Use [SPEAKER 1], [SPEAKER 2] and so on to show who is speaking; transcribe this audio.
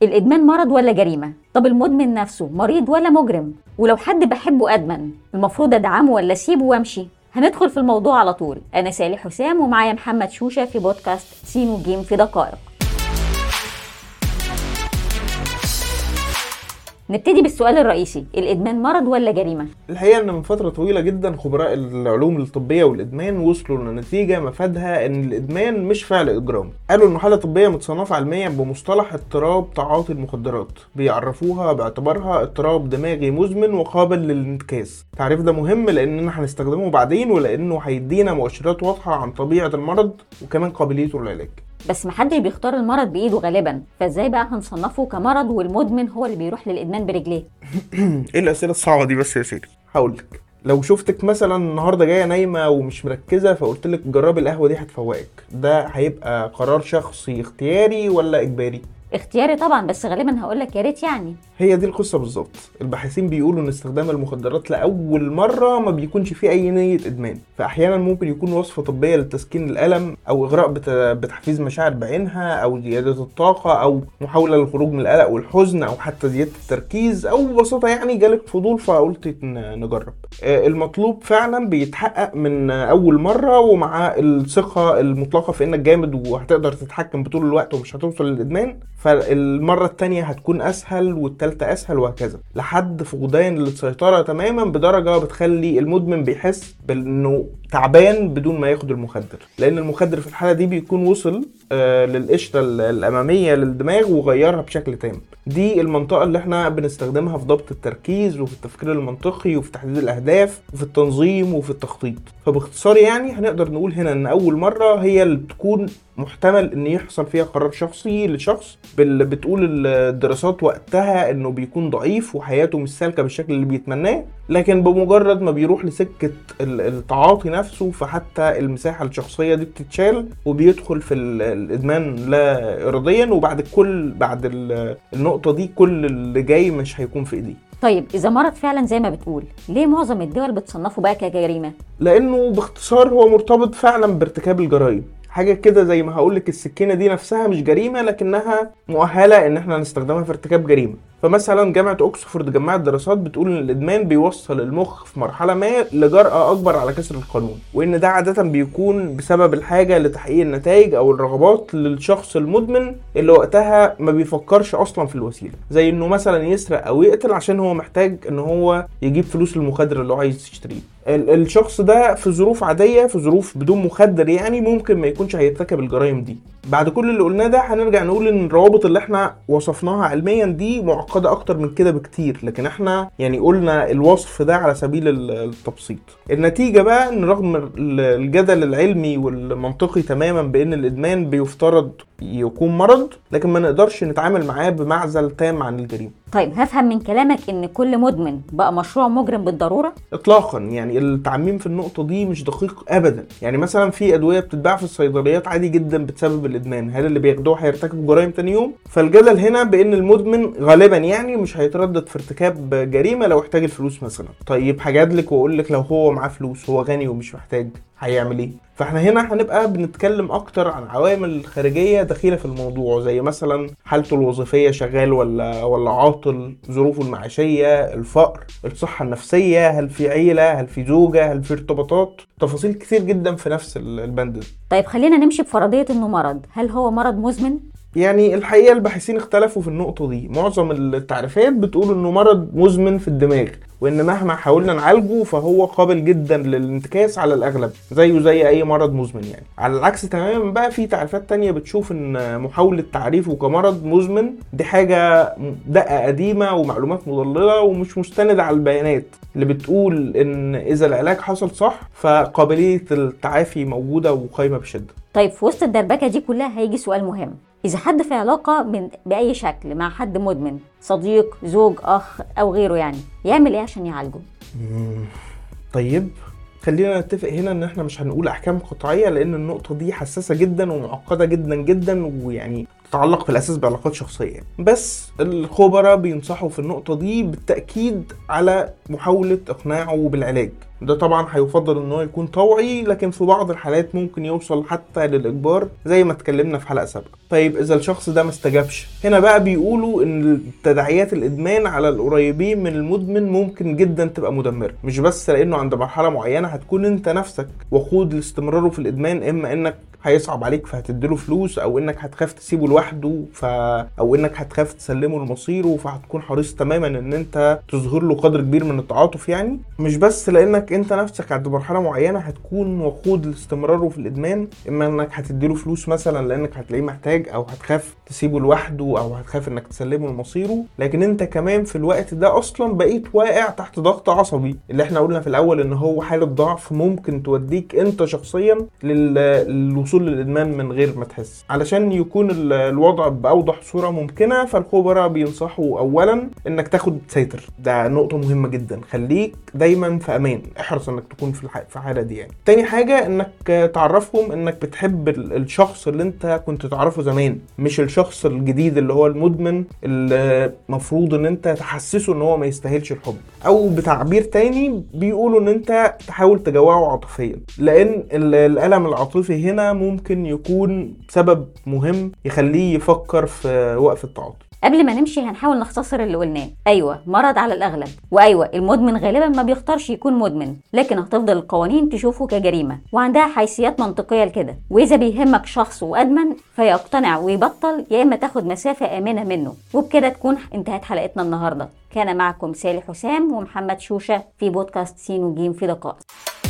[SPEAKER 1] الإدمان مرض ولا جريمة؟ طب المدمن نفسه مريض ولا مجرم؟ ولو حد بحبه أدمن المفروض أدعمه ولا أسيبه وأمشي؟ هندخل في الموضوع على طول. أنا سالي حسام ومعايا محمد شوشة في بودكاست سينو جيم في دقائق. نبتدي بالسؤال الرئيسي، الإدمان مرض ولا جريمة؟
[SPEAKER 2] الحقيقة ان من فترة طويلة جدا خبراء العلوم الطبية والإدمان وصلوا لنتيجة مفادها ان الإدمان مش فعل إجرامي. قالوا انه حالة طبية متصنفة علميا بمصطلح اضطراب تعاطي المخدرات، بيعرفوها باعتبارها اضطراب دماغي مزمن وقابل للانتكاس. التعريف ده مهم لاننا هنستخدمه بعدين، ولانه هيدينا مؤشرات واضحة عن طبيعة المرض وكمان قابليته للعلاج.
[SPEAKER 1] بس محدش بيختار المرض بإيده غالبا، فازاي بقى هنصنفه كمرض والمدمن هو اللي بيروح للإدمان برجليه؟
[SPEAKER 2] ايه الأسئلة الصعبة دي بس يا سيدي؟ هقولك، لو شفتك مثلا النهارده جايه نايمه ومش مركزه فقلت لك جربي القهوه دي هتفوقك، ده هيبقى قرار شخصي اختياري ولا اجباري؟
[SPEAKER 1] اختياري طبعا، بس غالبا هقولك يا ريت يعني.
[SPEAKER 2] هي دي القصه بالظبط. الباحثين بيقولوا ان استخدام المخدرات لاول مره ما بيكونش فيه اي نيه ادمان، فاحيانا ممكن يكون وصفه طبيه لتسكين الالم او اغراء بتحفيز مشاعر بعينها او زياده الطاقه او محاوله للخروج من القلق والحزن او حتى زياده التركيز او ببساطه يعني جالك فضول فقلت نجرب. المطلوب فعلا بيتحقق من اول مره ومع الثقه المطلقه في انك جامد وهتقدر تتحكم بطول الوقت ومش هتوصل للادمان، فالمره الثانيه هتكون اسهل والثالثه اسهل وهكذا لحد فقدان السيطره تماما بدرجه بتخلي المدمن بيحس بانه تعبان بدون ما ياخد المخدر، لان المخدر في الحاله دي بيكون وصل للقشره الاماميه للدماغ وغيرها بشكل تام. دي المنطقه اللي احنا بنستخدمها في ضبط التركيز وفي التفكير المنطقي وفي تحديد الاهداف وفي التنظيم وفي التخطيط. فباختصار يعني هنقدر نقول هنا ان اول مره هي اللي بتكون محتمل ان يحصل فيها قرار شخصي لشخص بتقول الدراسات وقتها انه بيكون ضعيف وحياته مش سالكه بالشكل اللي بيتمناه، لكن بمجرد ما بيروح لسكه التعاطي نفسه فحتى المساحه الشخصيه دي بتتشال وبيدخل في الادمان لا اراديا، وبعد النقطه دي كل اللي جاي مش هيكون في ايديه.
[SPEAKER 1] طيب إذا مرض فعلا زي ما بتقول، ليه معظم الدول بتصنفه بقى كجريمة؟
[SPEAKER 2] لأنه باختصار هو مرتبط فعلا بارتكاب الجرائم. حاجة كده زي ما هقولك السكينة دي نفسها مش جريمة لكنها مؤهلة ان احنا نستخدمها في ارتكاب جريمة. فمثلا جامعة اوكسفورد جمعت دراسات بتقول ان الادمان بيوصل المخ في مرحلة ما لجرأة اكبر على كسر القانون، وان ده عادة بيكون بسبب الحاجة لتحقيق النتائج او الرغبات للشخص المدمن اللي وقتها ما بيفكرش اصلا في الوسيلة، زي انه مثلا يسرق او يقتل عشان هو محتاج ان هو يجيب فلوس للمخدر اللي هو عايز يشتريه. الشخص ده في ظروف عادية، في ظروف بدون مخدر يعني، ممكن ما يكونش هيرتكب الجرائم دي. بعد كل اللي قلناه ده هنرجع نقول ان الروابط اللي احنا وصفناها علميا دي معقدة اكتر من كده بكتير، لكن احنا يعني قلنا الوصف ده على سبيل التبسيط. النتيجة بقى ان رغم الجدل العلمي والمنطقي تماما بان الادمان بيفترض يكون مرض، لكن ما نقدرش نتعامل معاه بمعزل تام عن الجريمة.
[SPEAKER 1] طيب هفهم من كلامك ان كل مدمن بقى مشروع مجرم بالضرورة؟
[SPEAKER 2] اطلاقا، يعني التعميم في النقطة دي مش دقيق ابدا. يعني مثلا في ادوية بتتباع في الصيدليات عادي جدا بتسبب الادمان، هل اللي بياخدوها هيرتكبوا جرائم تاني يوم؟ فالجدل هنا بان المدمن غالبا يعني مش هيتردد في ارتكاب جريمة لو احتاج الفلوس مثلا. طيب هجادلك واقول لك لو هو معاه فلوس، هو غني ومش محتاج، هيعمل ايه؟ فاحنا هنا هنبقى بنتكلم اكتر عن عوامل خارجيه داخله في الموضوع، زي مثلا حالته الوظيفيه، شغال ولا عاطل، ظروفه المعيشيه، الفقر، الصحه النفسيه، هل في عيله، هل في زوجه، هل في ارتباطات، تفاصيل كتير جدا في نفس البند ده.
[SPEAKER 1] طيب خلينا نمشي بفرضيه انه مرض، هل هو مرض مزمن؟
[SPEAKER 2] يعني الحقيقة الباحثين اختلفوا في النقطة دي. معظم التعريفات بتقول انه مرض مزمن في الدماغ، وان مهما حاولنا نعالجه فهو قابل جدا للانتكاس على الاغلب زيه زي اي مرض مزمن يعني. على العكس تماما بقى في تعريفات تانية بتشوف ان محاولة تعريفه كمرض مزمن دي حاجة دقة قديمة ومعلومات مضللة ومش مستندة على البيانات اللي بتقول ان اذا العلاج حصل صح فقابلية التعافي موجودة وقايمة بشدة.
[SPEAKER 1] طيب في وسط الدربكة دي كلها هيجي سؤال مهم، إذا حد في علاقة بأي شكل مع حد مدمن، صديق، زوج، أخ أو غيره، يعني يعمل إيه عشان يعالجه؟
[SPEAKER 2] طيب خلينا نتفق هنا ان احنا مش هنقول احكام قطعية، لان النقطة دي حساسة جدا ومعقدة جدا جدا، ويعني تتعلق في الاساس بعلاقات شخصية. بس الخبراء بينصحوا في النقطة دي بالتأكيد على محاولة اقناعه بالعلاج، ده طبعا هيفضل ان هو يكون طوعي، لكن في بعض الحالات ممكن يوصل حتى للاجبار زي ما اتكلمنا في حلقة سابقة. طيب اذا الشخص ده ما استجابش، هنا بقى بيقولوا ان تداعيات الادمان على القريبين من المدمن ممكن جدا تبقى مدمرة، مش بس لانه عند مرحلة معينة هتكون انت نفسك وقود لاستمراره في الادمان، اما انك هيصعب عليك فهتديله فلوس، او انك هتخاف تسيبه لوحده او انك هتخاف تسلمه لمصيره، فهتكون حريص تماما ان انت تظهر له قدر كبير من التعاطف. يعني مش بس لانك انت نفسك عند مرحله معينه هتكون وقود لاستمراره في الادمان، اما انك هتديله فلوس مثلا لانك هتلاقيه محتاج، او هتخاف تسيبه لوحده، او هتخاف انك تسلمه لمصيره، لكن انت كمان في الوقت ده اصلا بقيت واقع تحت ضغط عصبي، اللي احنا قلنا في الاول ان هو حاله ضعف ممكن توديك انت شخصيا للوصول للإدمان من غير ما تحس. علشان يكون الوضع بأوضح صورة ممكنة، فالخبراء بينصحوا أولا إنك تاخد سيتر، ده نقطة مهمة جدا، خليك دايما في أمان، احرص إنك تكون في حالة دي. يعني تاني حاجة إنك تعرفهم إنك بتحب الشخص اللي أنت كنت تعرفه زمان، مش الشخص الجديد اللي هو المدمن، اللي مفروض إن أنت تحسسه إن هو ما يستاهلش الحب، أو بتعبير تاني بيقولوا إن أنت تحاول تجوعه عاطفيا، لأن الألم العاطفي هنا ممكن يكون سبب مهم يخليه يفكر في وقف التعاطي.
[SPEAKER 1] قبل ما نمشي هنحاول نختصر اللي قلناه. ايوه مرض على الاغلب، وايوه المدمن غالبا ما بيختارش يكون مدمن، لكن هتفضل القوانين تشوفه كجريمه وعندها حيثيات منطقيه لكده، واذا بيهمك شخص وادمن فيقتنع ويبطل، يا اما تاخد مسافه امنه منه. وبكده تكون انتهت حلقتنا النهارده. كان معكم سالي حسام ومحمد شوشه في بودكاست سين وجيم في لقاء.